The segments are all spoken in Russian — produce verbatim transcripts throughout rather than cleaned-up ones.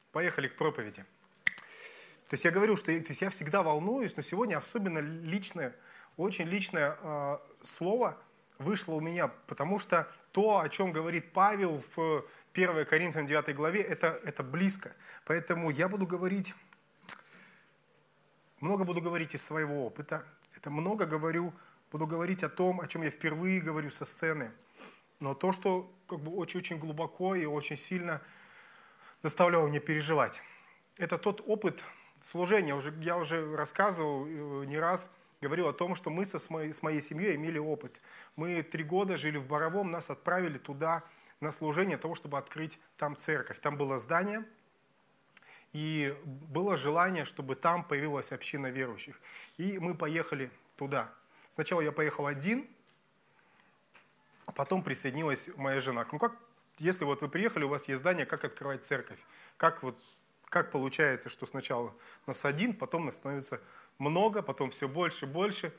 Поехали к проповеди. То есть я говорю, что то есть я всегда волнуюсь, но сегодня особенно личное, очень личное э, слово вышло у меня, потому что то, о чем говорит Павел в первой Коринфянам девятой главе, это, это близко. Поэтому я буду говорить, много буду говорить из своего опыта. Это много говорю, буду говорить о том, о чем я впервые говорю со сцены. Но то, что как бы очень-очень глубоко и очень сильно заставляло меня переживать. Это тот опыт служения. Уже, я уже рассказывал не раз, говорил о том, что мы со, с, моей, с моей семьей имели опыт. Мы три года жили в Боровом, нас отправили туда на служение того, чтобы открыть там церковь. Там было здание, и было желание, чтобы там появилась община верующих. И мы поехали туда. Сначала я поехал один, а потом присоединилась моя жена. Ну как, если вот вы приехали, у вас есть здание, как открывать церковь? Как, вот, как получается, что сначала нас один, потом нас становится много, потом все больше и больше.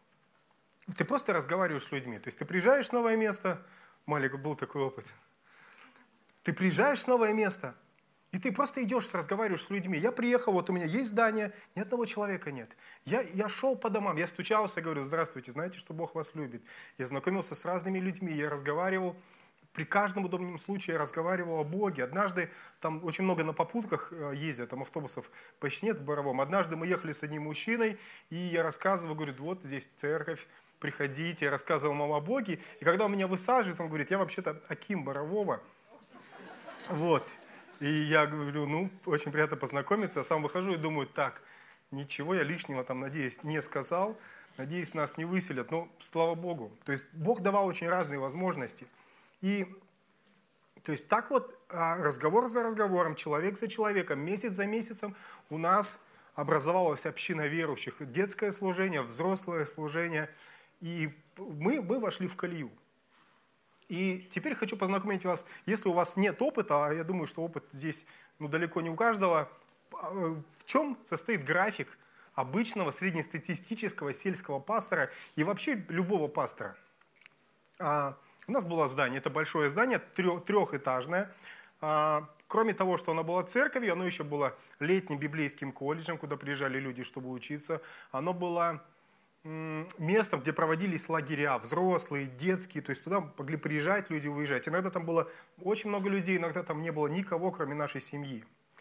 Ты просто разговариваешь с людьми. То есть ты приезжаешь в новое место, Малик, был такой опыт. Ты приезжаешь в новое место, и ты просто идешь, разговариваешь с людьми. Я приехал, вот у меня есть здание, ни одного человека нет. Я, я шел по домам, я стучался, говорю: здравствуйте, знаете, что Бог вас любит. Я знакомился с разными людьми, я разговаривал. При каждом удобном случае я разговаривал о Боге. Однажды, там очень много на попутках ездят, там автобусов почти нет в Боровом. Однажды мы ехали с одним мужчиной, и я рассказывал, говорю: вот здесь церковь, приходите. Я рассказывал ему о Боге. И когда он меня высаживает, он говорит: я вообще-то Аким Борового. Вот. И я говорю: ну, очень приятно познакомиться. Я сам выхожу и думаю: так, ничего я лишнего там, надеюсь, не сказал. Надеюсь, нас не выселят. Но слава Богу. То есть Бог давал очень разные возможности. И то есть так вот разговор за разговором, человек за человеком, месяц за месяцем у нас образовалась община верующих. Детское служение, взрослое служение. И мы, мы вошли в колею. И теперь хочу познакомить вас, если у вас нет опыта, а я думаю, что опыт здесь ну, далеко не у каждого, в чем состоит график обычного среднестатистического сельского пастора и вообще любого пастора. А, у нас было здание, это большое здание, трех, трехэтажное. А, кроме того, что оно было церковью, оно еще было летним библейским колледжем, куда приезжали люди, чтобы учиться. Оно было местом, где проводились лагеря, взрослые, детские, то есть туда могли приезжать люди, уезжать. Иногда там было очень много людей, иногда там не было никого, кроме нашей семьи.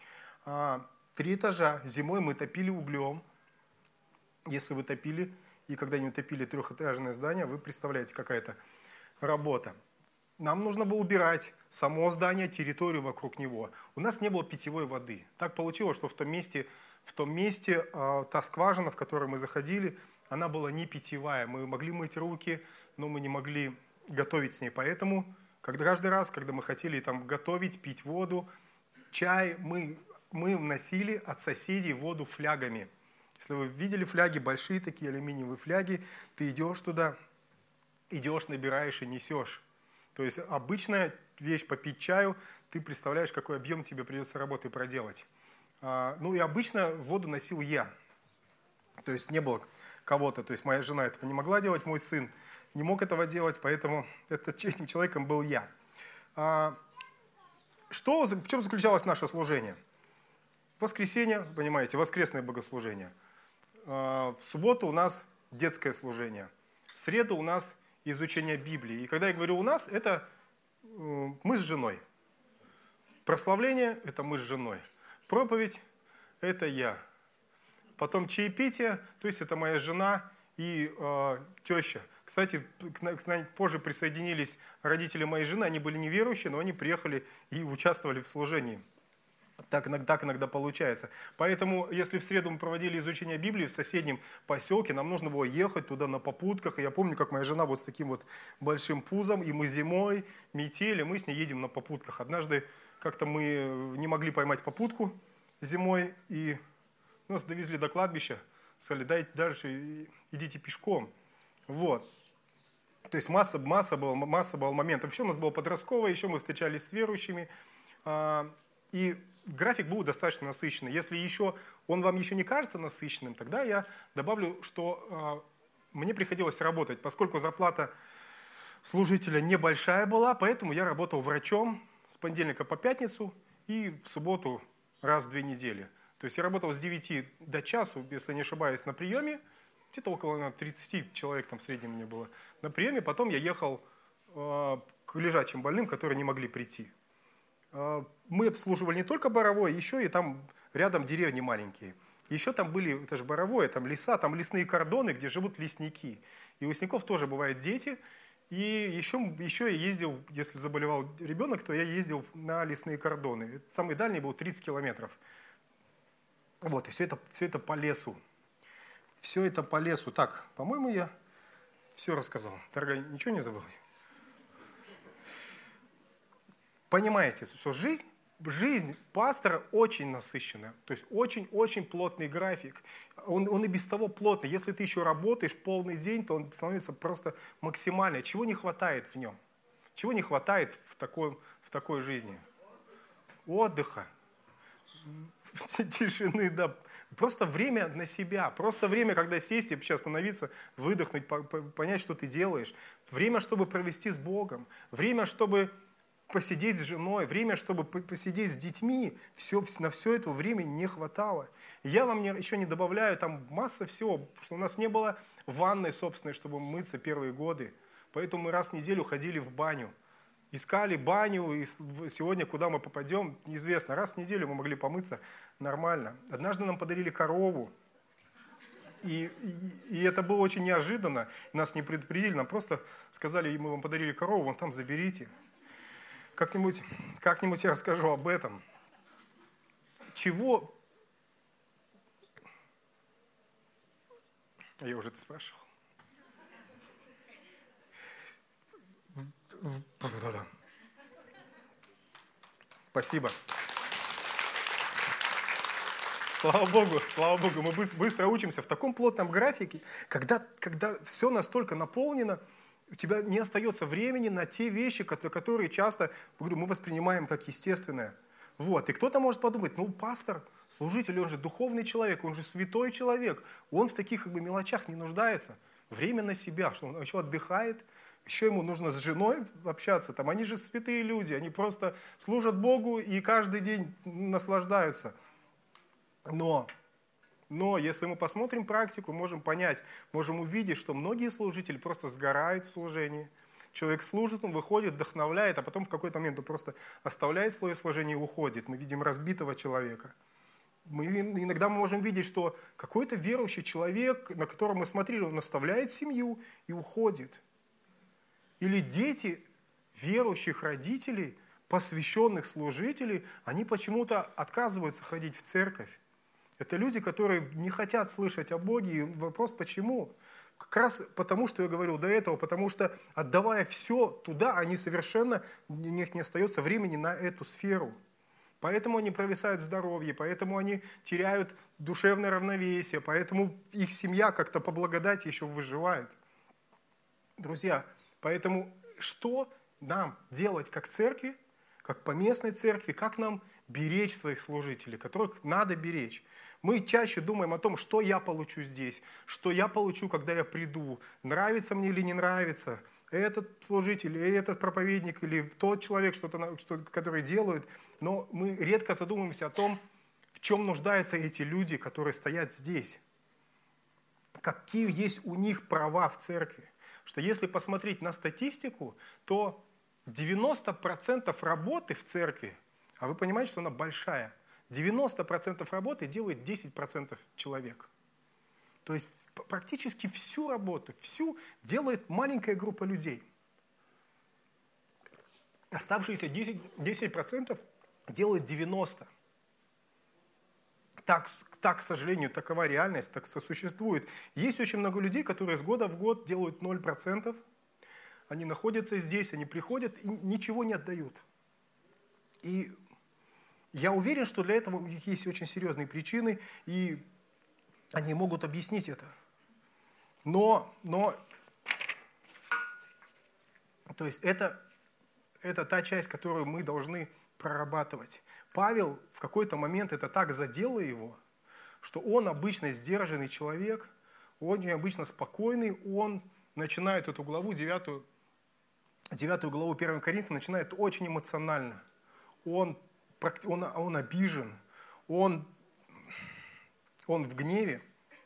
Три этажа, зимой мы топили углем. Если вы топили и когда-нибудь топили трехэтажное здание, вы представляете, какая-то работа. Нам нужно было убирать само здание, территорию вокруг него. У нас не было питьевой воды. Так получилось, что в том месте, в том месте э, та скважина, в которую мы заходили, она была не питьевая. Мы могли мыть руки, но мы не могли готовить с ней. Поэтому когда, каждый раз, когда мы хотели там готовить, пить воду, чай, мы, мы вносили от соседей воду флягами. Если вы видели фляги, большие такие алюминиевые фляги, ты идешь туда, идешь, набираешь и несешь. То есть обычная вещь попить чаю, ты представляешь, какой объем тебе придется работы проделать. А, ну и обычно воду носил я. То есть не было кого-то. То есть моя жена этого не могла делать, мой сын не мог этого делать, поэтому это, этим человеком был я. А, что, в чем заключалось наше служение? В воскресенье, понимаете, воскресное богослужение. А, в субботу у нас детское служение. В среду у нас изучение Библии. И когда я говорю «у нас», это э, мы с женой. Прославление – это мы с женой. Проповедь – это я. Потом чаепитие, то есть это моя жена и э, теща. Кстати, к нам позже присоединились родители моей жены, они были неверующие, но они приехали и участвовали в служении. Так иногда, так иногда получается. Поэтому, если в среду мы проводили изучение Библии в соседнем поселке, нам нужно было ехать туда на попутках. И я помню, как моя жена вот с таким вот большим пузом, и мы зимой, метели, мы с ней едем на попутках. Однажды как-то мы не могли поймать попутку зимой, и нас довезли до кладбища, сказали: дайте дальше, идите пешком. Вот. То есть масса, масса, была, масса была моментов. Еще у нас было подростковое, еще мы встречались с верующими. И график был достаточно насыщенный. Если еще, он вам еще не кажется насыщенным, тогда я добавлю, что э, мне приходилось работать, поскольку зарплата служителя небольшая была, поэтому я работал врачом с понедельника по пятницу и в субботу раз в две недели. То есть я работал с девяти до часу, если не ошибаюсь, на приеме. Где-то около тридцати человек там в среднем мне было на приеме. Потом я ехал э, к лежачим больным, которые не могли прийти. Э, мы обслуживали не только Боровое, еще и там рядом деревни маленькие. Еще там были, это же Боровое, там леса, там лесные кордоны, где живут лесники. И у лесников тоже бывают дети. И еще, еще я ездил, если заболевал ребенок, то я ездил на лесные кордоны. Самый дальний был тридцать километров. Вот, и все это, все это по лесу. Все это по лесу. Так, по-моему, я все рассказал. Дорогая, ничего не забыл? Понимаете, что жизнь, жизнь пастора очень насыщенная. То есть очень-очень плотный график. Он, он и без того плотный. Если ты еще работаешь полный день, то он становится просто максимально. Чего не хватает в нем? Чего не хватает в такой, в такой жизни? Отдыха. Тишины, да. Просто время на себя. Просто время, когда сесть и вообще остановиться, выдохнуть, понять, что ты делаешь. Время, чтобы провести с Богом. Время, чтобы посидеть с женой. Время, чтобы посидеть с детьми. Все, на все это времени не хватало. И я вам еще не добавляю, там масса всего. Потому что у нас не было ванной собственной, чтобы мыться первые годы. Поэтому мы раз в неделю ходили в баню. Искали баню, и сегодня куда мы попадем, неизвестно. Раз в неделю мы могли помыться нормально. Однажды нам подарили корову, и, и, и это было очень неожиданно. Нас не предупредили, нам просто сказали, мы вам подарили корову, вон там заберите. Как-нибудь, как-нибудь я расскажу об этом. Чего... Я уже это спрашивал. Спасибо. Слава Богу, слава Богу, мы быстро учимся в таком плотном графике, когда, когда все настолько наполнено, у тебя не остается времени на те вещи, которые часто, говорю, мы воспринимаем как естественное. Вот. И кто-то может подумать, ну, пастор, служитель, он же духовный человек, он же святой человек, он в таких как бы мелочах не нуждается. Время на себя, что он еще отдыхает, еще ему нужно с женой общаться. Там, они же святые люди, они просто служат Богу и каждый день наслаждаются. Но, но если мы посмотрим практику, можем понять, можем увидеть, что многие служители просто сгорают в служении. Человек служит, он выходит, вдохновляет, а потом в какой-то момент он просто оставляет свое служение и уходит. Мы видим разбитого человека. Мы, иногда мы можем видеть, что какой-то верующий человек, на которого мы смотрели, он оставляет семью и уходит. Или дети верующих родителей, посвященных служителей, они почему-то отказываются ходить в церковь. Это люди, которые не хотят слышать о Боге. И вопрос почему? Как раз потому, что я говорил до этого, потому что отдавая все туда, они совершенно, у них не остается времени на эту сферу. Поэтому они провисают здоровье, поэтому они теряют душевное равновесие, поэтому их семья как-то по благодати еще выживает. Друзья, поэтому что нам делать как церкви, как поместной церкви, как нам беречь своих служителей, которых надо беречь? Мы чаще думаем о том, что я получу здесь, что я получу, когда я приду, нравится мне или не нравится, этот служитель, или этот проповедник, или тот человек, что-то, что, который делают. Но мы редко задумываемся о том, в чем нуждаются эти люди, которые стоят здесь. Какие есть у них права в церкви. Что если посмотреть на статистику, то девяносто процентов работы в церкви, а вы понимаете, что она большая, девяносто процентов работы делает десять процентов человек. То есть практически всю работу, всю делает маленькая группа людей. Оставшиеся десять процентов делают девяносто процентов. Так, так, к сожалению, такова реальность, так что существует. Есть очень много людей, которые с года в год делают ноль процентов. Они находятся здесь, они приходят и ничего не отдают. И я уверен, что для этого у них есть очень серьезные причины, и они могут объяснить это. Но, но то есть это, это та часть, которую мы должны прорабатывать. Павел в какой-то момент это так задело его, что он обычно сдержанный человек, очень обычно спокойный, он начинает эту главу, девятую, девятую главу первого Коринфянам, начинает очень эмоционально. Он, он, он обижен, он, он в гневе.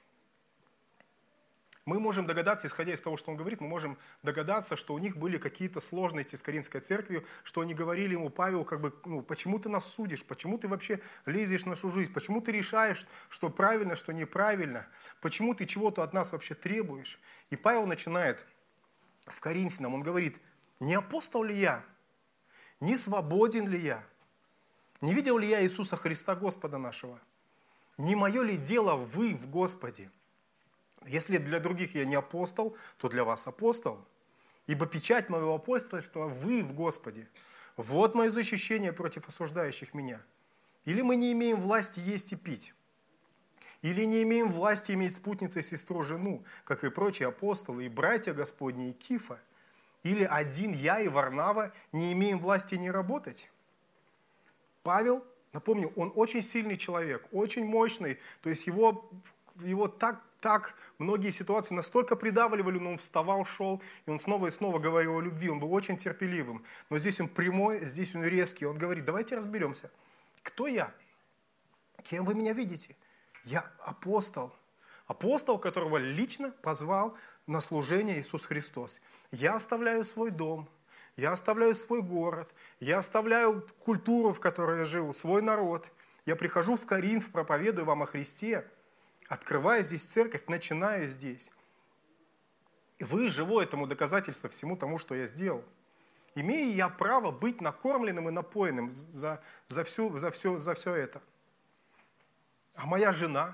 Мы можем догадаться, исходя из того, что он говорит, мы можем догадаться, что у них были какие-то сложности с Коринфской церковью, что они говорили ему: Павел, как бы, ну, почему ты нас судишь, почему ты вообще лезешь в нашу жизнь, почему ты решаешь, что правильно, что неправильно, почему ты чего-то от нас вообще требуешь. И Павел начинает в Коринфянам, он говорит: не апостол ли я, не свободен ли я, не видел ли я Иисуса Христа Господа нашего, не мое ли дело вы в Господе? Если для других я не апостол, то для вас апостол. Ибо печать моего апостольства вы в Господе. Вот мое защищение против осуждающих меня. Или мы не имеем власти есть и пить, или не имеем власти иметь спутницей сестру жену, как и прочие апостолы и братья Господни и Кифа. Или один я и Варнава не имеем власти не работать. Павел, напомню, он очень сильный человек, очень мощный. То есть его, его так, так многие ситуации настолько придавливали, но он вставал, шел, и он снова и снова говорил о любви. Он был очень терпеливым. Но здесь он прямой, здесь он резкий. Он говорит: давайте разберемся. Кто я? Кем вы меня видите? Я апостол. Апостол, которого лично позвал на служение Иисус Христос. Я оставляю свой дом, я оставляю свой город, я оставляю культуру, в которой я жил, свой народ. Я прихожу в Коринф, проповедую вам о Христе, открываю здесь церковь, начинаю здесь. И вы живое этому доказательство всему тому, что я сделал. Имею я право быть накормленным и напоенным за, за, всю, за, все, за все это. А моя жена?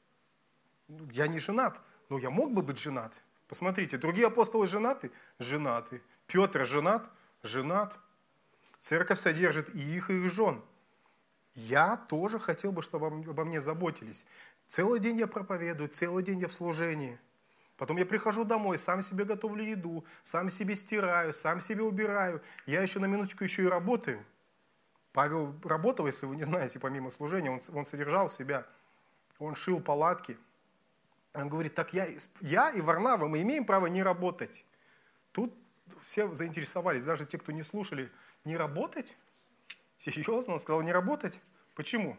Я не женат, но я мог бы быть женат. Посмотрите, другие апостолы женаты? Женаты. Петр женат? Женат. Церковь содержит и их, и их жен. Я тоже хотел бы, чтобы обо мне заботились. Целый день я проповедую, целый день я в служении. Потом я прихожу домой, сам себе готовлю еду, сам себе стираю, сам себе убираю. Я еще на минуточку еще и работаю. Павел работал, если вы не знаете, помимо служения, он, он содержал себя. Он шил палатки. Он говорит: так я, я и Варнава, мы имеем право не работать. Тут все заинтересовались, даже те, кто не слушали: не работать? Серьезно? Он сказал: не работать? Почему?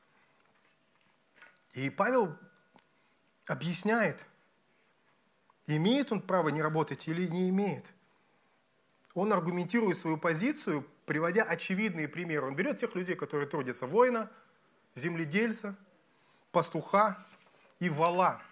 И Павел объясняет, имеет он право не работать или не имеет. Он аргументирует свою позицию, приводя очевидные примеры. Он берет тех людей, которые трудятся: воина, земледельца, пастуха и вала.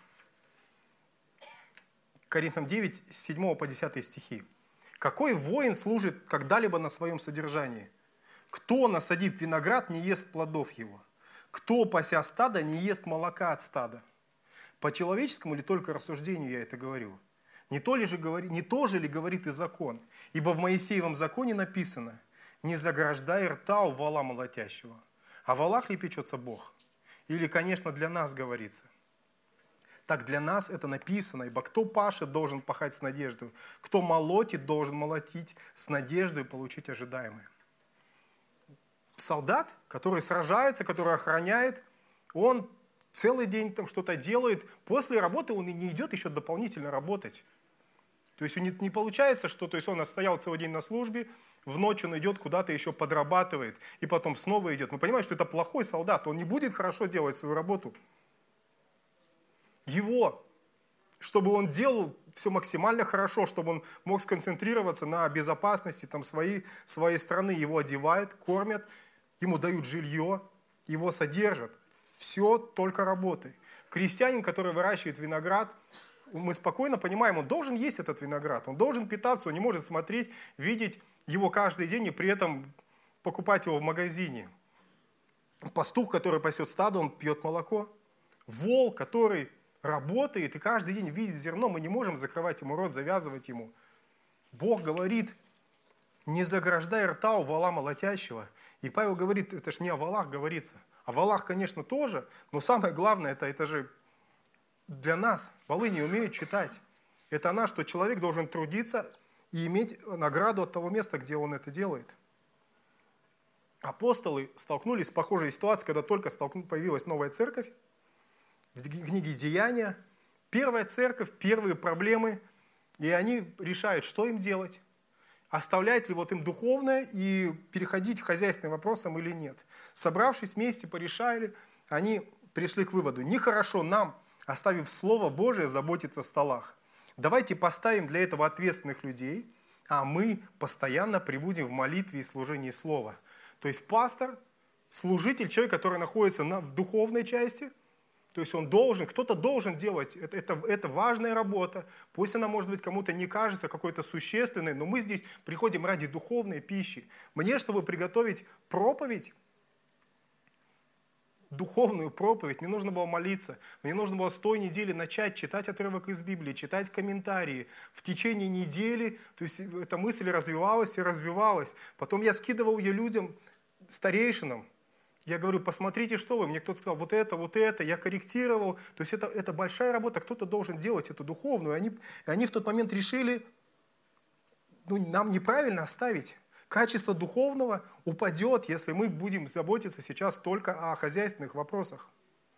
Коринфянам девять, с седьмого по десятый стихи. Какой воин служит когда-либо на своем содержании? Кто, насадив виноград, не ест плодов его? Кто, пася стадо, не ест молока от стада? По человеческому ли только рассуждению я это говорю? Не то, ли же, говори, не то же ли говорит и закон? Ибо в Моисеевом законе написано: не заграждай рта у вала молотящего. О валах ли печется Бог? Или, конечно, для нас говорится? Так для нас это написано, ибо кто пашет, должен пахать с надеждой, кто молотит, должен молотить с надеждой получить ожидаемое. Солдат, который сражается, который охраняет, он целый день там что-то делает, после работы он и не идет еще дополнительно работать. То есть не, не получается, что то есть он отстоял целый день на службе, в ночь он идет куда-то еще подрабатывает, и потом снова идет. Мы понимаем, что это плохой солдат, он не будет хорошо делать свою работу. Его, чтобы он делал все максимально хорошо, чтобы он мог сконцентрироваться на безопасности там, своей, своей страны, его одевают, кормят, ему дают жилье, его содержат. Все только работой. Крестьянин, который выращивает виноград, мы спокойно понимаем, он должен есть этот виноград, он должен питаться, он не может смотреть, видеть его каждый день и при этом покупать его в магазине. Пастух, который пасет стадо, он пьет молоко. Вол, который работает и каждый день видит зерно, мы не можем закрывать ему рот, завязывать ему. Бог говорит: не заграждай рта у вола молотящего. И Павел говорит, это же не о волах говорится. О волах, конечно, тоже, но самое главное, это, это же для нас. Волы не умеют читать. Это она, что человек должен трудиться и иметь награду от того места, где он это делает. Апостолы столкнулись с похожей ситуацией, когда только появилась новая церковь. В книге «Деяния» первая церковь, первые проблемы, и они решают, что им делать. оставлять ли вот им духовное и переходить к хозяйственным вопросам или нет. Собравшись вместе, порешали, они пришли к выводу: нехорошо нам, оставив Слово Божие, заботиться о столах. Давайте поставим для этого ответственных людей, а мы постоянно пребудем в молитве и служении Слова. То есть пастор, служитель, человек, который находится на, в духовной части, то есть он должен, кто-то должен делать, это, это, это важная работа, пусть она, может быть, кому-то не кажется какой-то существенной, но мы здесь приходим ради духовной пищи. Мне, чтобы приготовить проповедь, духовную проповедь, мне нужно было молиться, мне нужно было с той недели начать читать отрывок из Библии, читать комментарии. В течение недели, то есть эта мысль развивалась и развивалась. Потом я скидывал ее людям, старейшинам. Я говорю: посмотрите, что вы. Мне кто-то сказал: вот это, вот это. Я корректировал. То есть это, это большая работа. Кто-то должен делать эту духовную. И они, и они в тот момент решили, ну, нам неправильно оставить. Качество духовного упадет, если мы будем заботиться сейчас только о хозяйственных вопросах.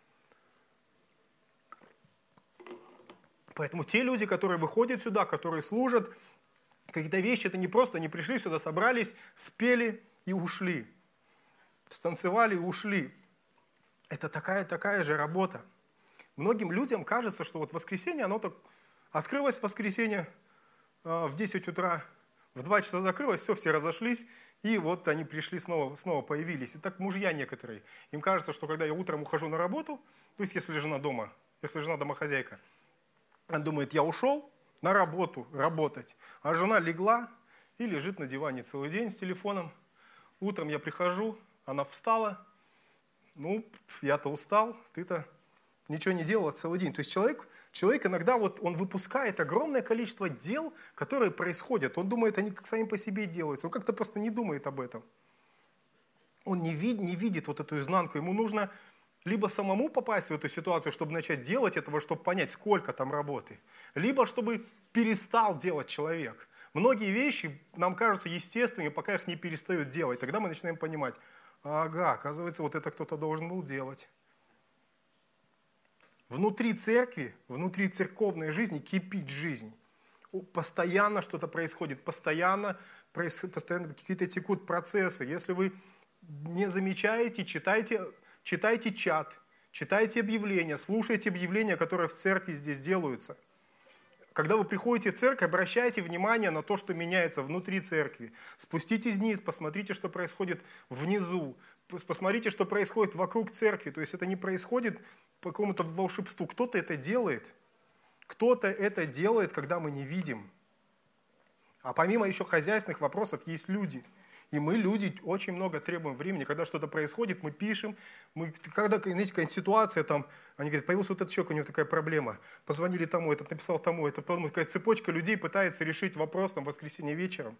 Поэтому те люди, которые выходят сюда, которые служат, какие-то вещи, это не просто, они пришли сюда, собрались, спели и ушли. Станцевали и ушли. Это такая, такая же работа. Многим людям кажется, что вот воскресенье, оно так открылось в воскресенье э, в десять утра, в два часа закрылось, все, все разошлись, и вот они пришли, снова, снова появились. И так мужья некоторые. Им кажется, что когда я утром ухожу на работу, то есть если жена дома, если жена домохозяйка, она думает: я ушел на работу работать, а жена легла и лежит на диване целый день с телефоном. Утром я прихожу, она встала, ну, я-то устал, ты-то ничего не делала целый день. То есть человек, человек иногда вот он выпускает огромное количество дел, которые происходят. Он думает, они как сами по себе делаются. Он как-то просто не думает об этом. Он не, вид, не видит вот эту изнанку. Ему нужно либо самому попасть в эту ситуацию, чтобы начать делать этого, чтобы понять, сколько там работы, либо чтобы перестал делать человек. Многие вещи нам кажутся естественными, пока их не перестают делать. Тогда мы начинаем понимать: ага, оказывается, вот это кто-то должен был делать. Внутри церкви, внутри церковной жизни кипит жизнь. Постоянно что-то происходит, постоянно, постоянно какие-то текут процессы. Если вы не замечаете, читайте, читайте чат, читайте объявления, слушайте объявления, которые в церкви здесь делаются. Когда вы приходите в церковь, обращайте внимание на то, что меняется внутри церкви. Спуститесь вниз, посмотрите, что происходит внизу. Посмотрите, что происходит вокруг церкви. То есть это не происходит по какому-то волшебству. Кто-то это делает. Кто-то это делает, когда мы не видим. А помимо еще хозяйственных вопросов есть люди. И мы, люди, очень много требуем времени. Когда что-то происходит, мы пишем. Мы, когда, знаете, какая-нибудь ситуация, там, они говорят: появился вот этот человек, у него такая проблема. Позвонили тому, этот написал тому. Это такая цепочка людей пытается решить вопрос там, в воскресенье вечером.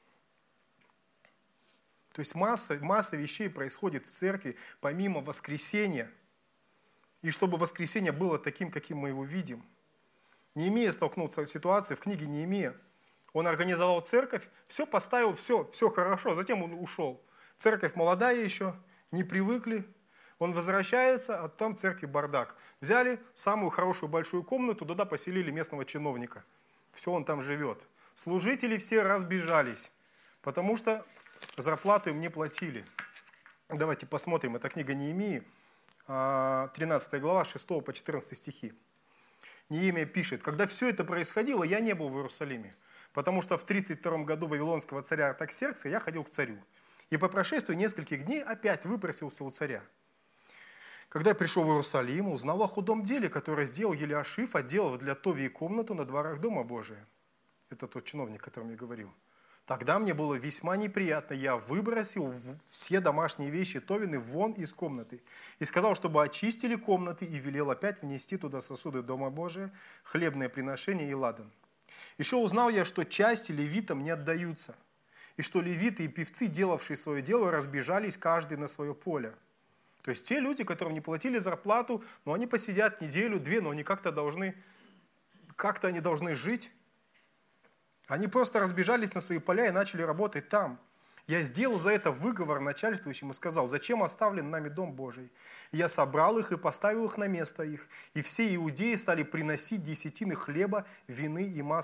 То есть масса, масса вещей происходит в церкви, помимо воскресения. И чтобы воскресенье было таким, каким мы его видим. Неемия столкнулся с ситуацией, в книге Неемия. Он организовал церковь, все поставил, все, все хорошо, затем он ушел. Церковь молодая еще, не привыкли. Он возвращается, а там в церкви бардак. Взяли самую хорошую большую комнату, туда поселили местного чиновника. Все, он там живет. Служители все разбежались, потому что зарплату им не платили. Давайте посмотрим, это книга Неемии, тринадцатая глава, шестого по четырнадцатый стихи. Неемия пишет: «Когда все это происходило, я не был в Иерусалиме, потому что в тридцать втором году вавилонского царя Артаксеркса я ходил к царю. И по прошествии нескольких дней опять выпросился у царя. Когда я пришел в Иерусалим, узнал о худом деле, которое сделал Елиашив, отделав для Товии комнату на дворах Дома Божия». Это тот чиновник, о котором я говорил. «Тогда мне было весьма неприятно. Я выбросил все домашние вещи Товины вон из комнаты и сказал, чтобы очистили комнаты, и велел опять внести туда сосуды Дома Божия, хлебное приношение и ладан. Еще узнал я, что части левитам не отдаются, и что левиты и певцы, делавшие свое дело, разбежались каждый на свое поле». То есть те люди, которым не платили зарплату, но они посидят неделю-две, но они как-то должны, как-то они должны жить. Они просто разбежались на свои поля и начали работать там. Я сделал за это выговор начальствующим и сказал: «Зачем оставлен нами Дом Божий?» И я собрал их и поставил их на место их. И все иудеи стали приносить десятины хлеба, вины и масла в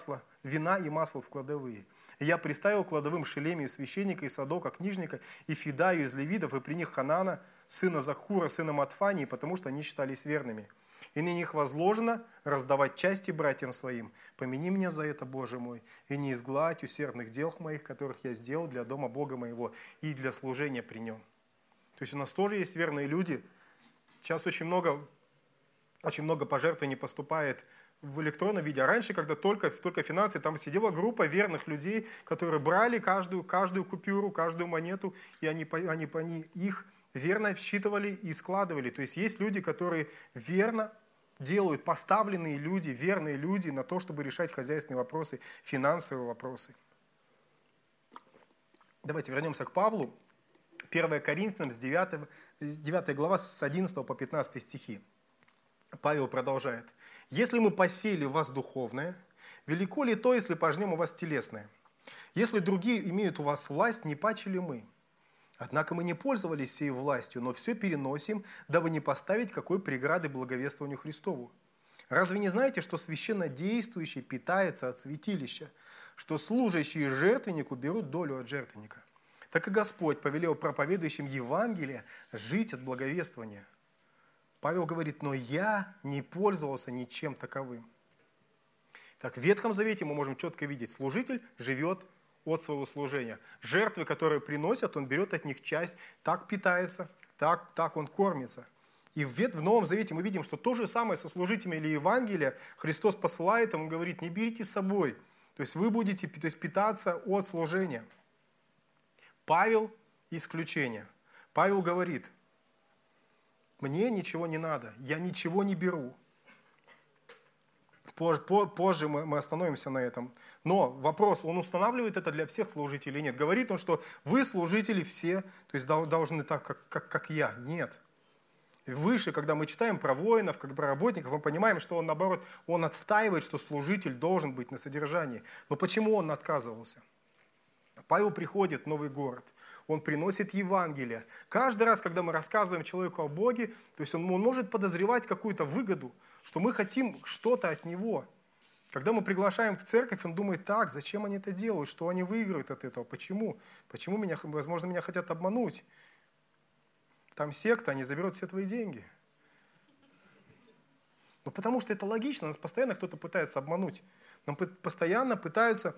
вина и масла в кладовые. И я приставил кладовым Шелемию, священника, и Садока, книжника, и Фидаю из левитов, и при них Ханана, сына Захура, сына Матфании, потому что они считались верными. И на них возложено раздавать части братьям своим. Помяни меня за это, Боже мой, и не изгладь усердных дел моих, которых я сделал для дома Бога моего и для служения при нем. То есть у нас тоже есть верные люди. Сейчас очень много, очень много пожертвований поступает в электронном виде. А раньше, когда только, только финансы, там сидела группа верных людей, которые брали каждую, каждую купюру, каждую монету, и они, они, они их верно считывали и складывали. То есть есть люди, которые верно делают, поставленные люди, верные люди на то, чтобы решать хозяйственные вопросы, финансовые вопросы. Давайте вернемся к Павлу. первое Коринфянам, с девятой, девятой глава, с одиннадцатого по пятнадцатый стихи. Павел продолжает. «Если мы посеяли в вас духовное, велико ли то, если пожнем у вас телесное? Если другие имеют у вас власть, не паче ли мы? Однако мы не пользовались сей властью, но все переносим, дабы не поставить какой преграды благовествованию Христову. Разве не знаете, что священно действующий питается от святилища, что служащие жертвеннику берут долю от жертвенника? Так и Господь повелел проповедующим Евангелие жить от благовествования». Павел говорит, но я не пользовался ничем таковым. Так, в Ветхом Завете мы можем четко видеть, служитель живет от своего служения. Жертвы, которые приносят, он берет от них часть, так питается, так, так он кормится. И в, в Новом Завете мы видим, что то же самое со служителями или Евангелия Христос посылает им, он говорит, не берите с собой. То есть вы будете то есть, питаться от служения. Павел исключение. Павел говорит, мне ничего не надо, я ничего не беру. Позже, позже мы остановимся на этом. Но вопрос, он устанавливает это для всех служителей? Нет. Говорит он, что вы служители все, то есть должны так, как, как, как я. Нет. Выше, когда мы читаем про воинов, как про работников, мы понимаем, что он, наоборот, он отстаивает, что служитель должен быть на содержании. Но почему он отказывался? Павел приходит в новый город, он приносит Евангелие. Каждый раз, когда мы рассказываем человеку о Боге, то есть он, он может подозревать какую-то выгоду, что мы хотим что-то от него. Когда мы приглашаем в церковь, он думает, так, зачем они это делают, что они выиграют от этого, почему? Почему меня, возможно, меня хотят обмануть? Там секта, они заберут все твои деньги. Ну, потому что это логично, нас постоянно кто-то пытается обмануть. Нам постоянно пытаются...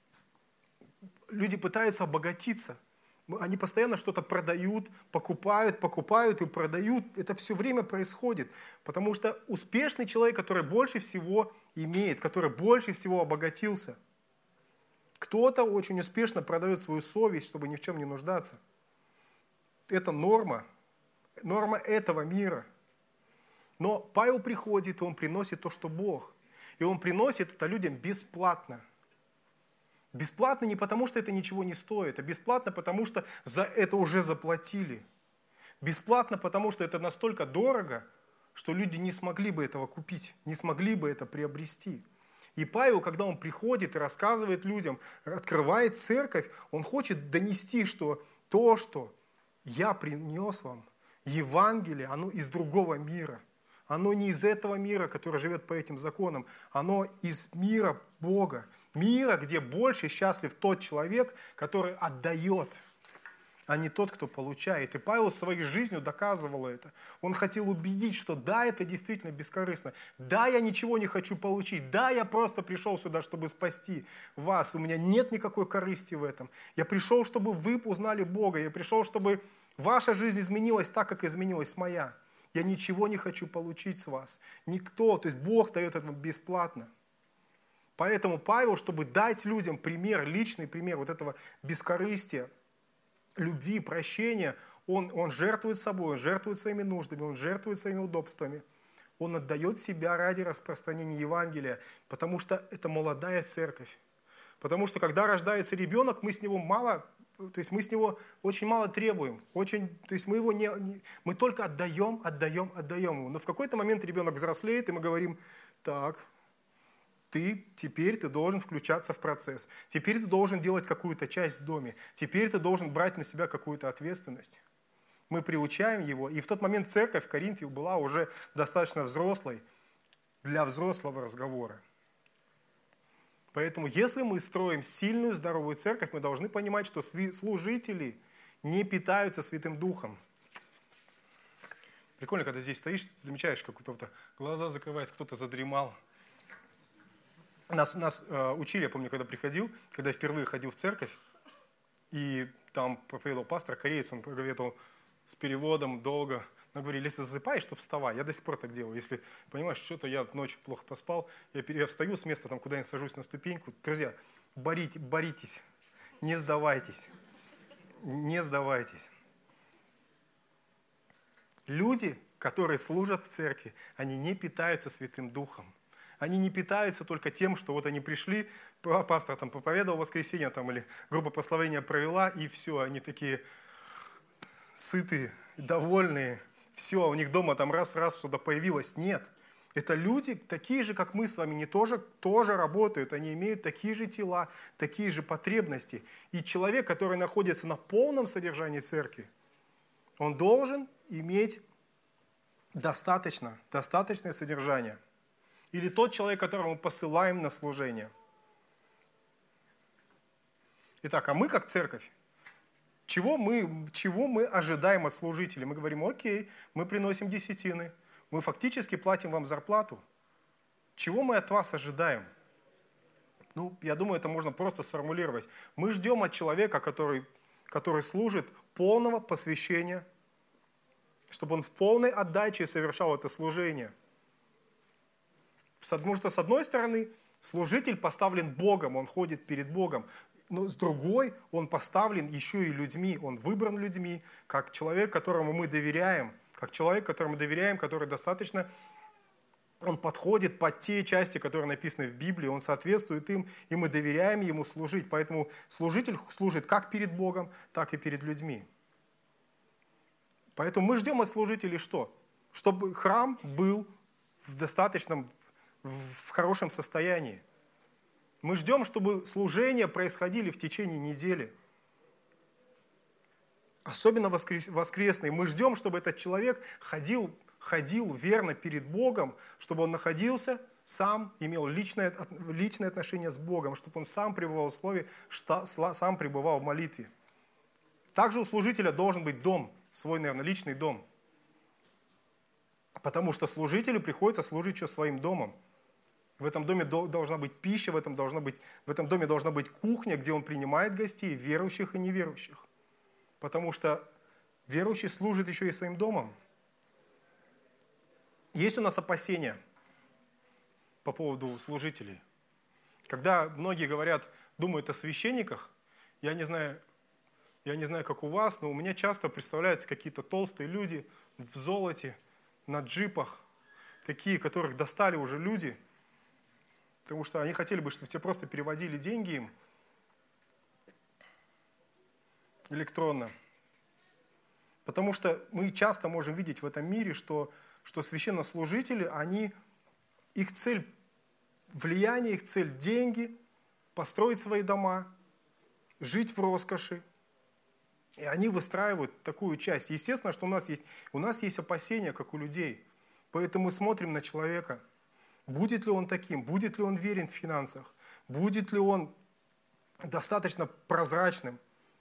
Люди пытаются обогатиться. Они постоянно что-то продают, покупают, покупают и продают. Это все время происходит. Потому что успешный человек, который больше всего имеет, который больше всего обогатился, кто-то очень успешно продает свою совесть, чтобы ни в чем не нуждаться. Это норма. Норма этого мира. Но Павел приходит, и он приносит то, что Бог. И он приносит это людям бесплатно. Бесплатно не потому, что это ничего не стоит, а бесплатно потому, что за это уже заплатили. Бесплатно потому, что это настолько дорого, что люди не смогли бы этого купить, не смогли бы это приобрести. И Павел, когда он приходит и рассказывает людям, открывает церковь, он хочет донести, что то, что я принес вам, Евангелие, оно из другого мира. Оно не из этого мира, который живет по этим законам. Оно из мира Бога. Мира, где больше счастлив тот человек, который отдает, а не тот, кто получает. И Павел своей жизнью доказывал это. Он хотел убедить, что да, это действительно бескорыстно. Да, я ничего не хочу получить. Да, я просто пришел сюда, чтобы спасти вас. У меня нет никакой корысти в этом. Я пришел, чтобы вы узнали Бога. Я пришел, чтобы ваша жизнь изменилась так, как изменилась моя. Я ничего не хочу получить с вас. Никто, то есть Бог дает это бесплатно. Поэтому Павел, чтобы дать людям пример, личный пример вот этого бескорыстия, любви, прощения, он, он жертвует собой, он жертвует своими нуждами, он жертвует своими удобствами. Он отдает себя ради распространения Евангелия, потому что это молодая церковь. Потому что когда рождается ребенок, мы с него мало... То есть мы с него очень мало требуем, очень, то есть мы его не, не, мы только отдаем, отдаем, отдаем ему. Но в какой-то момент ребенок взрослеет, и мы говорим, так, ты теперь ты должен включаться в процесс, теперь ты должен делать какую-то часть в доме, теперь ты должен брать на себя какую-то ответственность. Мы приучаем его, и в тот момент церковь в Коринфе была уже достаточно взрослой для взрослого разговора. Поэтому, если мы строим сильную, здоровую церковь, мы должны понимать, что служители не питаются Святым Духом. Прикольно, когда здесь стоишь, замечаешь, как кто-то глаза закрывается, кто-то задремал. Нас, нас э, учили, я помню, когда приходил, когда я впервые ходил в церковь, и там проповедовал пастор, кореец, он проповедовал с переводом долго. Но говорили, если засыпаешь, то вставай. Я до сих пор так делаю. Если понимаешь, что-то я ночью плохо поспал, я, я встаю с места, там куда-нибудь сажусь на ступеньку. Друзья, борите, боритесь, не сдавайтесь, не сдавайтесь. Люди, которые служат в церкви, они не питаются Святым Духом. Они не питаются только тем, что вот они пришли, пастор там проповедовал в воскресенье, там, или группа прославления провела, и все, они такие сытые, довольные. Все, у них дома там раз-раз что-то появилось. Нет. Это люди, такие же, как мы с вами, не тоже, тоже работают. Они имеют такие же тела, такие же потребности. И человек, который находится на полном содержании церкви, он должен иметь достаточно, достаточное содержание. Или тот человек, которого мы посылаем на служение. Итак, а мы как церковь, чего мы, чего мы ожидаем от служителей? Мы говорим, окей, мы приносим десятины, мы фактически платим вам зарплату. Чего мы от вас ожидаем? Ну, я думаю, это можно просто сформулировать. Мы ждем от человека, который, который служит, полного посвящения, чтобы он в полной отдаче совершал это служение. Потому что, с одной стороны, служитель поставлен Богом, он ходит перед Богом. Но с другой, он поставлен еще и людьми, он выбран людьми, как человек, которому мы доверяем, как человек, которому мы доверяем, который достаточно, он подходит под те части, которые написаны в Библии, он соответствует им, и мы доверяем ему служить. Поэтому служитель служит как перед Богом, так и перед людьми. Поэтому мы ждем от служителей что? Чтобы храм был в достаточном, в хорошем состоянии. Мы ждем, чтобы служения происходили в течение недели. Особенно воскресные. Мы ждем, чтобы этот человек ходил, ходил верно перед Богом, чтобы он находился сам, имел личное, личное отношение с Богом, чтобы он сам пребывал в Слове, сам пребывал в молитве. Также у служителя должен быть дом, свой, наверное, личный дом. Потому что служителю приходится служить еще своим домом. В этом доме должна быть пища, в этом, должна быть, в этом доме должна быть кухня, где он принимает гостей, верующих и неверующих. Потому что верующий служит еще и своим домом. Есть у нас опасения по поводу служителей. Когда многие говорят, думают о священниках, я не знаю, я не знаю, как у вас, но у меня часто представляются какие-то толстые люди в золоте, на джипах, такие, которых достали уже люди, потому что они хотели бы, чтобы те просто переводили деньги им электронно. Потому что мы часто можем видеть в этом мире, что, что священнослужители, они, их цель влияние, их цель деньги, построить свои дома, жить в роскоши. И они выстраивают такую часть. Естественно, что у нас есть, у нас есть опасения, как у людей. Поэтому мы смотрим на человека. Будет ли он таким? Будет ли он верен в финансах? Будет ли он достаточно прозрачным?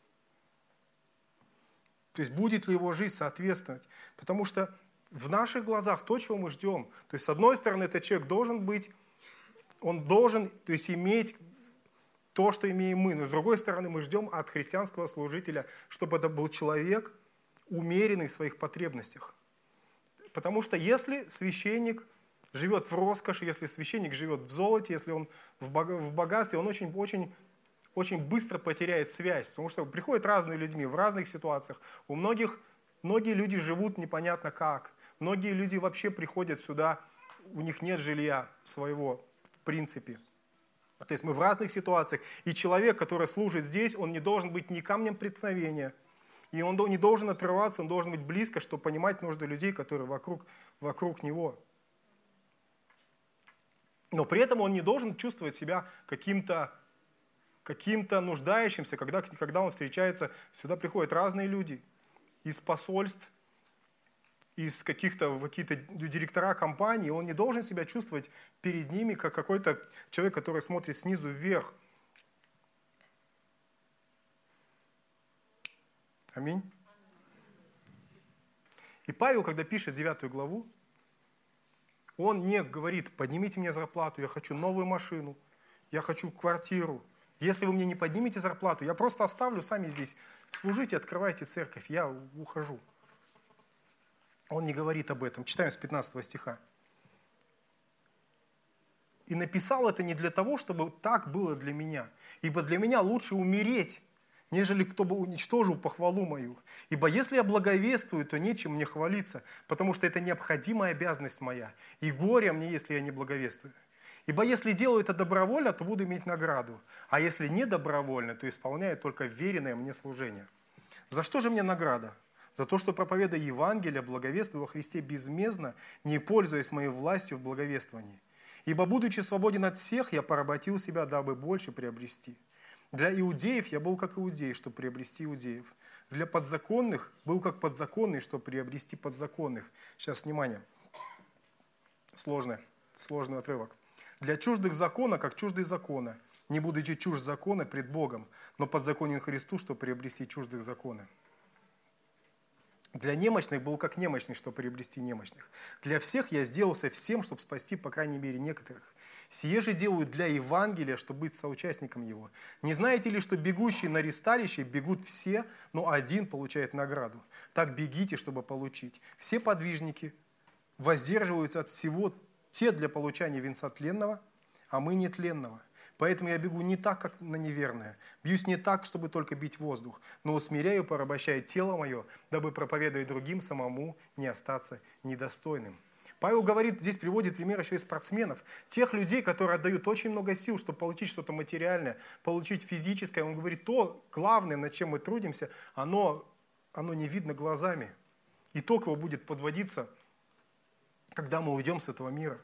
То есть будет ли его жизнь соответствовать? Потому что в наших глазах то, чего мы ждем, то есть с одной стороны этот человек должен быть, он должен, то есть иметь то, что имеем мы, но с другой стороны мы ждем от христианского служителя, чтобы это был человек, умеренный в своих потребностях. Потому что если священник живет в роскоши, если священник живет в золоте, если он в богатстве, он очень, очень, очень быстро потеряет связь. Потому что приходят разные люди в разных ситуациях. У многих, многие люди живут непонятно как. Многие люди вообще приходят сюда, у них нет жилья своего, в принципе. То есть мы в разных ситуациях. И человек, который служит здесь, он не должен быть ни камнем преткновения. И он не должен отрываться, он должен быть близко, чтобы понимать нужды людей, которые вокруг, вокруг него. Но при этом он не должен чувствовать себя каким-то каким-то нуждающимся, когда, когда он встречается, сюда приходят разные люди из посольств, из каких-то в какие-то директора компании, он не должен себя чувствовать перед ними, как какой-то человек, который смотрит снизу вверх. Аминь. И Павел, когда пишет девятую главу, он не говорит: поднимите мне зарплату, я хочу новую машину, я хочу квартиру. Если вы мне не поднимете зарплату, я просто оставлю, сами здесь служите, открывайте церковь, я ухожу. Он не говорит об этом. Читаем с пятнадцатого стиха. «И написал это не для того, чтобы так было для меня, ибо для меня лучше умереть, нежели кто бы уничтожил похвалу мою. Ибо если я благовествую, то нечем мне хвалиться, потому что это необходимая обязанность моя, и горе мне, если я не благовествую. Ибо если делаю это добровольно, то буду иметь награду, а если не добровольно, то исполняю только веренное мне служение. За что же мне награда? За то, что проповедую Евангелие, благовествую во Христе безмездно, не пользуясь моей властью в благовествовании. Ибо, будучи свободен от всех, я поработил себя, дабы больше приобрести. Для иудеев я был как иудей, чтобы приобрести иудеев. Для подзаконных был как подзаконный, чтобы приобрести подзаконных». Сейчас, внимание. Сложный, сложный отрывок. «Для чуждых закона, как чуждый закона, не будучи чужд закона пред Богом, но подзаконен Христу, чтобы приобрести чуждых закона. Для немощных был как немощный, чтобы приобрести немощных. Для всех я сделался всем, чтобы спасти, по крайней мере, некоторых. Сие же делают для Евангелия, чтобы быть соучастником его. Не знаете ли, что бегущие на ресталище бегут все, но один получает награду? Так бегите, чтобы получить. Все подвижники воздерживаются от всего, те для получения венца тленного, а мы нетленного. Поэтому я бегу не так, как на неверное. Бьюсь не так, чтобы только бить воздух, но усмиряю, порабощая тело мое, дабы, проповедуя другим, самому не остаться недостойным». Павел говорит, здесь приводит пример еще и спортсменов. Тех людей, которые отдают очень много сил, чтобы получить что-то материальное, получить физическое. Он говорит, то главное, над чем мы трудимся, оно, оно не видно глазами. Итог его будет подводиться, когда мы уйдем с этого мира.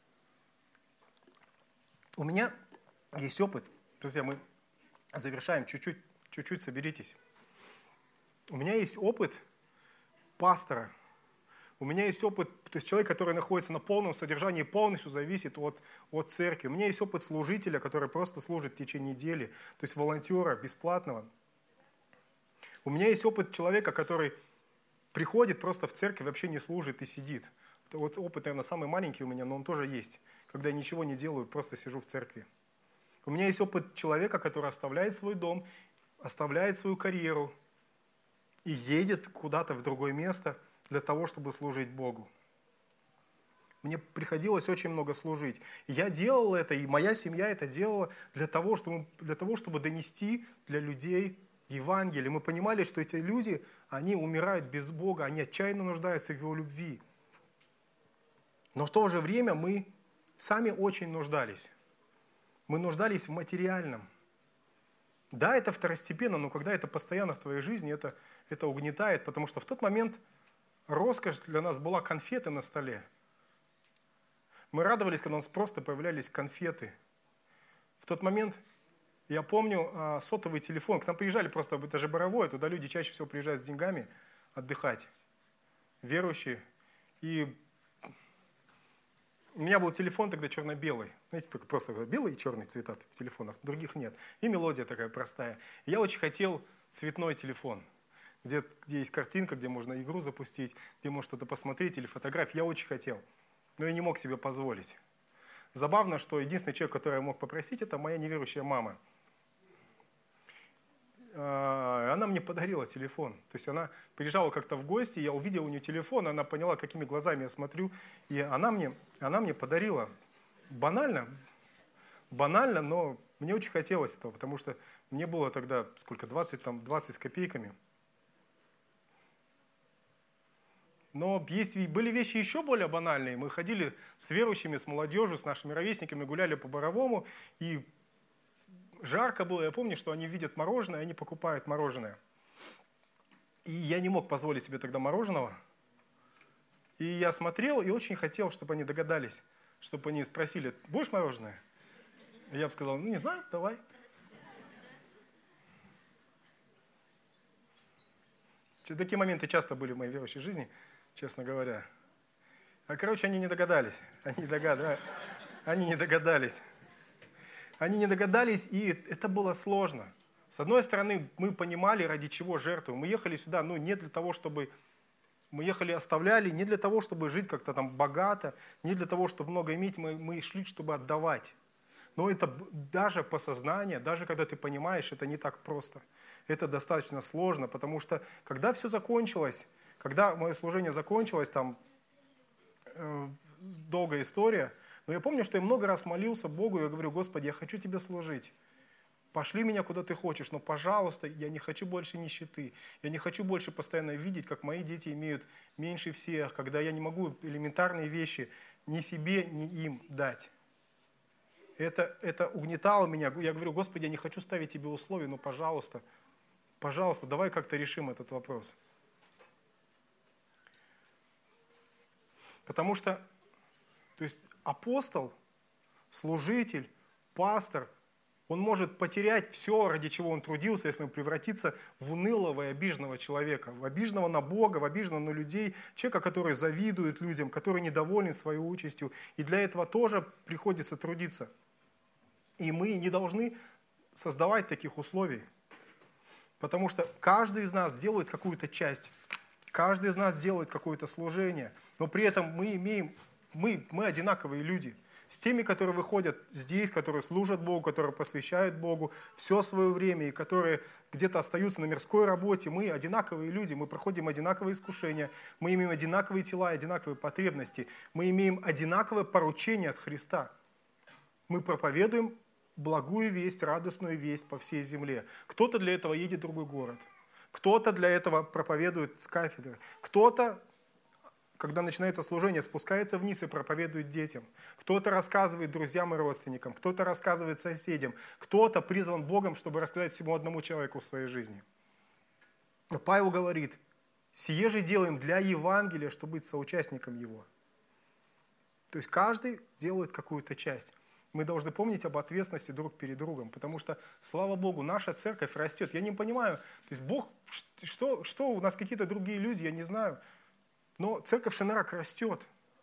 У меня есть опыт. Друзья, мы завершаем. Чуть-чуть, чуть-чуть соберитесь. У меня есть опыт пастора. У меня есть опыт, то есть человек, который находится на полном содержании, полностью зависит от, от церкви. У меня есть опыт служителя, который просто служит в течение недели, то есть волонтера бесплатного. У меня есть опыт человека, который приходит просто в церковь, вообще не служит и сидит. Это вот опыт, наверное, самый маленький у меня, но он тоже есть. Когда я ничего не делаю, просто сижу в церкви. У меня есть опыт человека, который оставляет свой дом, оставляет свою карьеру и едет куда-то в другое место для того, чтобы служить Богу. Мне приходилось очень много служить. И я делал это, и моя семья это делала для того, чтобы, для того, чтобы донести для людей Евангелие. Мы понимали, что эти люди, они умирают без Бога, они отчаянно нуждаются в Его любви. Но в то же время мы сами очень нуждались. Мы нуждались в материальном. Да, это второстепенно, но когда это постоянно в твоей жизни, это, это угнетает, потому что в тот момент роскошь для нас была конфеты на столе. Мы радовались, когда у нас просто появлялись конфеты. В тот момент, я помню, сотовый телефон. К нам приезжали просто, это же Боровое, туда люди чаще всего приезжают с деньгами отдыхать. Верующие. И у меня был телефон тогда черно-белый. Знаете, только просто белый и черный цвета в телефонах, других нет. И мелодия такая простая. И я очень хотел цветной телефон, где, где есть картинка, где можно игру запустить, где можно что-то посмотреть или фотографии. Я очень хотел, но я не мог себе позволить. Забавно, что единственный человек, который я мог попросить, это моя неверующая мама. Она мне подарила телефон. То есть она приезжала как-то в гости, я увидел у нее телефон, она поняла, какими глазами я смотрю, и она мне, она мне подарила. Банально, банально, но мне очень хотелось этого, потому что мне было тогда сколько, двадцать, там, двадцать с копейками. Но есть, были вещи еще более банальные. Мы ходили с верующими, с молодежью, с нашими ровесниками, гуляли по Боровому, и жарко было, я помню, что они видят мороженое, они покупают мороженое. И я не мог позволить себе тогда мороженого. И я смотрел и очень хотел, чтобы они догадались, чтобы они спросили, будешь мороженое? И я бы сказал, ну не знаю, давай. Такие моменты часто были в моей верующей жизни. честно говоря. А, короче, они не догадались. Они не догадались. Они не догадались. Они не догадались, и это было сложно. С одной стороны, мы понимали, ради чего жертвы. Мы ехали сюда, ну, не для того, чтобы... Мы ехали, оставляли, не для того, чтобы жить как-то там богато, не для того, чтобы много иметь, мы, мы шли, чтобы отдавать. Но это даже по сознанию, даже когда ты понимаешь, это не так просто. Это достаточно сложно, потому что когда все закончилось, когда мое служение закончилось, там э, долгая история, но я помню, что я много раз молился Богу, я говорю: Господи, я хочу Тебе служить. Пошли меня куда ты хочешь, но, пожалуйста, я не хочу больше нищеты. Я не хочу больше постоянно видеть, как мои дети имеют меньше всех, когда я не могу элементарные вещи ни себе, ни им дать. Это, это угнетало меня. Я говорю: Господи, я не хочу ставить Тебе условия, но, пожалуйста, пожалуйста, давай как-то решим этот вопрос. Потому что, то есть апостол, служитель, пастор, он может потерять все, ради чего он трудился, если он превратится в унылого и обиженного человека, в обиженного на Бога, в обиженного на людей, человека, который завидует людям, который недоволен своей участью. И для этого тоже приходится трудиться. И мы не должны создавать таких условий, потому что каждый из нас делает какую-то часть, каждый из нас делает какое-то служение, но при этом мы имеем, мы, мы одинаковые люди. С теми, которые выходят здесь, которые служат Богу, которые посвящают Богу все свое время и которые где-то остаются на мирской работе, мы одинаковые люди, мы проходим одинаковые искушения, мы имеем одинаковые тела, одинаковые потребности, мы имеем одинаковое поручение от Христа. Мы проповедуем благую весть, радостную весть по всей земле. Кто-то для этого едет в другой город, кто-то для этого проповедует с кафедры, кто-то, когда начинается служение, спускается вниз и проповедует детям. Кто-то рассказывает друзьям и родственникам, кто-то рассказывает соседям, кто-то призван Богом, чтобы рассказать всему одному человеку в своей жизни. Но Павел говорит: «Сие же делаем для Евангелия, чтобы быть соучастником его». То есть каждый делает какую-то часть. Мы должны помнить об ответственности друг перед другом, потому что, слава Богу, наша церковь растет. Я не понимаю, то есть Бог, что, что у нас какие-то другие люди, я не знаю. Но церковь Шенерак растет.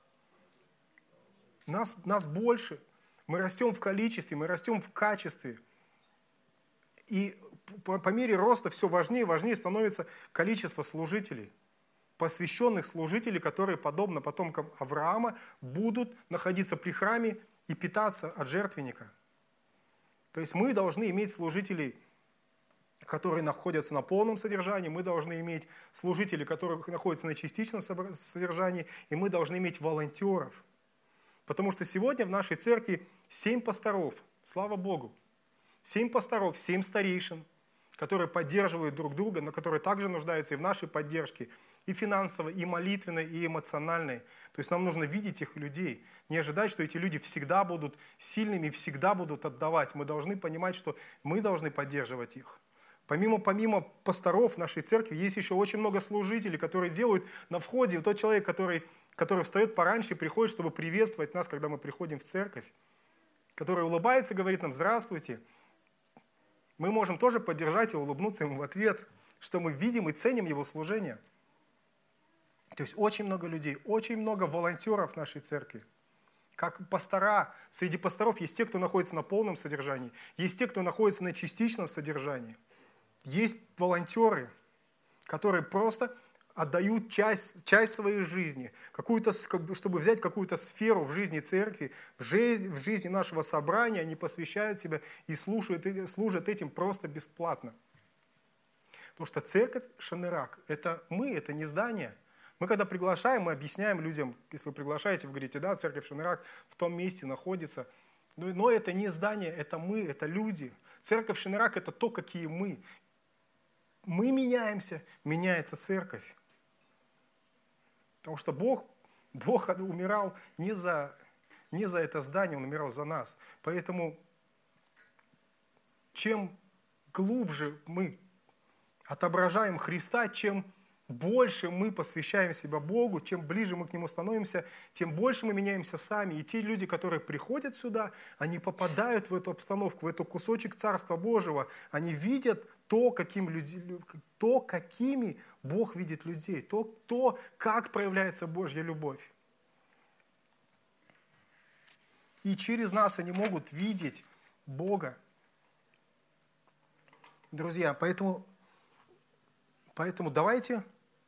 Нас, нас больше. Мы растем в количестве, мы растем в качестве. И по, по мере роста все важнее и важнее становится количество служителей. Посвященных служителей, которые, подобно потомкам Авраама, будут находиться при храме и питаться от жертвенника. То есть мы должны иметь служителей, которые находятся на полном содержании, мы должны иметь служителей, которые находятся на частичном содержании, и мы должны иметь волонтеров. Потому что сегодня в нашей церкви семь пасторов, слава Богу, семь пасторов, семь старейшин, которые поддерживают друг друга, но которые также нуждаются и в нашей поддержке, и финансовой, и молитвенной, и эмоциональной. То есть нам нужно видеть их людей, не ожидать, что эти люди всегда будут сильными и всегда будут отдавать. Мы должны понимать, что мы должны поддерживать их. Помимо, помимо пасторов в нашей церкви есть еще очень много служителей, которые делают на входе. Тот человек, который, который встает пораньше и приходит, чтобы приветствовать нас, когда мы приходим в церковь, который улыбается и говорит нам: «Здравствуйте». Мы можем тоже поддержать и улыбнуться ему в ответ, что мы видим и ценим его служение. То есть очень много людей, очень много волонтеров в нашей церкви. Как пастора, среди пасторов есть те, кто находится на полном содержании, есть те, кто находится на частичном содержании. Есть волонтеры, которые просто отдают часть, часть своей жизни, какую-то, чтобы взять какую-то сферу в жизни церкви, в жизни, в жизни нашего собрания, они посвящают себя и слушают, и служат этим просто бесплатно. Потому что церковь Шенерак – это мы, это не здание. Мы когда приглашаем, мы объясняем людям, если вы приглашаете, вы говорите: да, церковь Шенерак в том месте находится. Но, но это не здание, это мы, это люди. Церковь Шенерак – это то, какие мы. Мы меняемся, меняется церковь. Потому что Бог, Бог умирал не за, не за это здание, Он умирал за нас. Поэтому чем глубже мы отображаем Христа, чем больше мы посвящаем себя Богу, чем ближе мы к Нему становимся, тем больше мы меняемся сами. И те люди, которые приходят сюда, они попадают в эту обстановку, в этот кусочек Царства Божьего. Они видят то, каким люди, то какими Бог видит людей, то, то, как проявляется Божья любовь. И через нас они могут видеть Бога. Друзья, поэтому, поэтому давайте,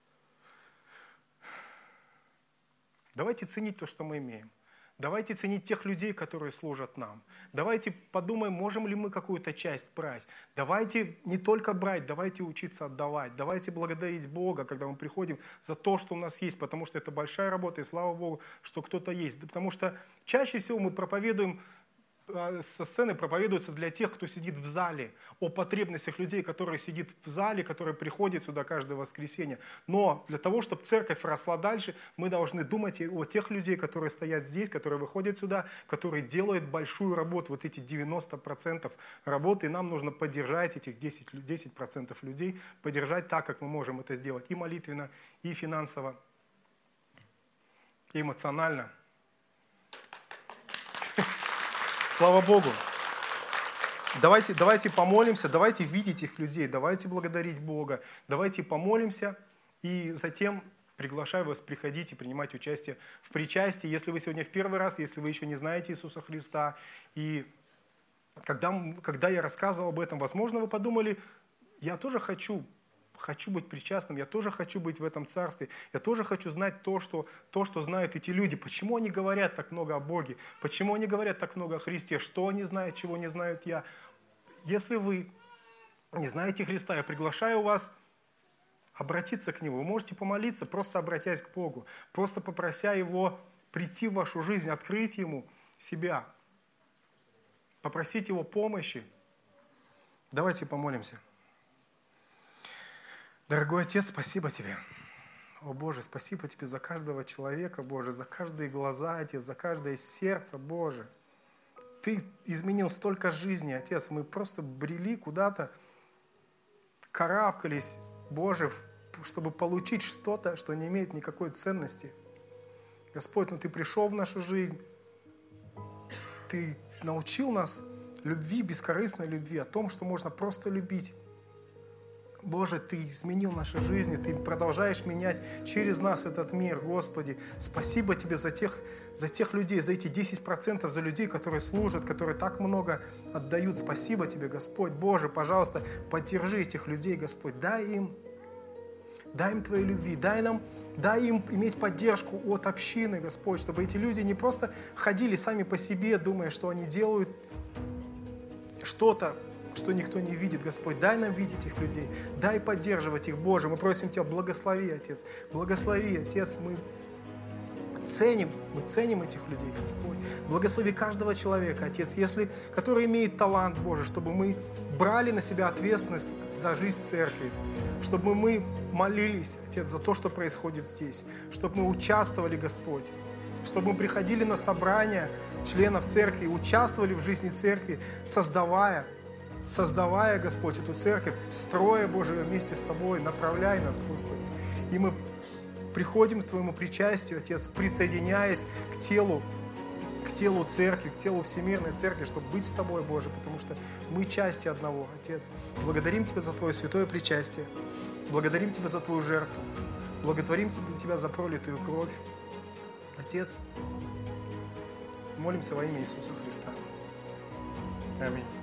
давайте ценить то, что мы имеем. Давайте ценить тех людей, которые служат нам. Давайте подумаем, можем ли мы какую-то часть брать. Давайте не только брать, давайте учиться отдавать. Давайте благодарить Бога, когда мы приходим, за то, что у нас есть, потому что это большая работа, и слава Богу, что кто-то есть. Потому что чаще всего мы проповедуем, со сцены проповедуется для тех, кто сидит в зале, о потребностях людей, которые сидят в зале, которые приходят сюда каждое воскресенье. Но для того, чтобы церковь росла дальше, мы должны думать и о тех людей, которые стоят здесь, которые выходят сюда, которые делают большую работу, вот эти девяносто процентов работы, и нам нужно поддержать этих десять процентов людей, поддержать так, как мы можем это сделать, и молитвенно, и финансово, и эмоционально. Слава Богу. Давайте, давайте помолимся, давайте видеть их людей, давайте благодарить Бога, давайте помолимся, и затем приглашаю вас приходить и принимать участие в причастии, если вы сегодня в первый раз, если вы еще не знаете Иисуса Христа. И когда, когда я рассказывал об этом, возможно, вы подумали, я тоже хочу Хочу быть причастным, я тоже хочу быть в этом царстве, я тоже хочу знать то что, то, что знают эти люди. Почему они говорят так много о Боге? Почему они говорят так много о Христе? Что они знают, чего не знают я? Если вы не знаете Христа, я приглашаю вас обратиться к Нему. Вы можете помолиться, просто обратясь к Богу, просто попрося Его прийти в вашу жизнь, открыть Ему себя, попросить Его помощи. Давайте помолимся. Дорогой Отец, спасибо Тебе. О Боже, спасибо Тебе за каждого человека, Боже, за каждые глаза, Отец, за каждое сердце, Боже. Ты изменил столько жизней, Отец. Мы просто брели куда-то, карабкались, Боже, чтобы получить что-то, что не имеет никакой ценности. Господь, ну Ты пришел в нашу жизнь, Ты научил нас любви, бескорыстной любви, о том, что можно просто любить. Боже, Ты изменил наши жизни, Ты продолжаешь менять через нас этот мир, Господи. Спасибо Тебе за тех, за тех людей, за эти десять процентов, за людей, которые служат, которые так много отдают. Спасибо Тебе, Господь. Боже, пожалуйста, поддержи этих людей, Господь. Дай им, дай им Твоей любви, дай нам, дай им иметь поддержку от общины, Господь, чтобы эти люди не просто ходили сами по себе, думая, что они делают что-то, что никто не видит, Господь. Дай нам видеть их людей, дай поддерживать их, Боже. Мы просим Тебя, благослови, Отец, благослови, Отец. Мы ценим, мы ценим этих людей, Господь. Благослови каждого человека, Отец, если, который имеет талант, Боже, чтобы мы брали на себя ответственность за жизнь церкви, чтобы мы молились, Отец, за то, что происходит здесь, чтобы мы участвовали, Господь, чтобы мы приходили на собрания членов церкви, участвовали в жизни церкви, создавая, создавая, Господь, эту церковь, строя, Боже, вместе с Тобой, направляй нас, Господи. И мы приходим к Твоему причастию, Отец, присоединяясь к телу, к телу церкви, к телу Всемирной церкви, чтобы быть с Тобой, Боже, потому что мы части одного, Отец. Благодарим Тебя за Твое святое причастие, благодарим Тебя за Твою жертву, благодарим Тебя за пролитую кровь. Отец, молимся во имя Иисуса Христа. Аминь.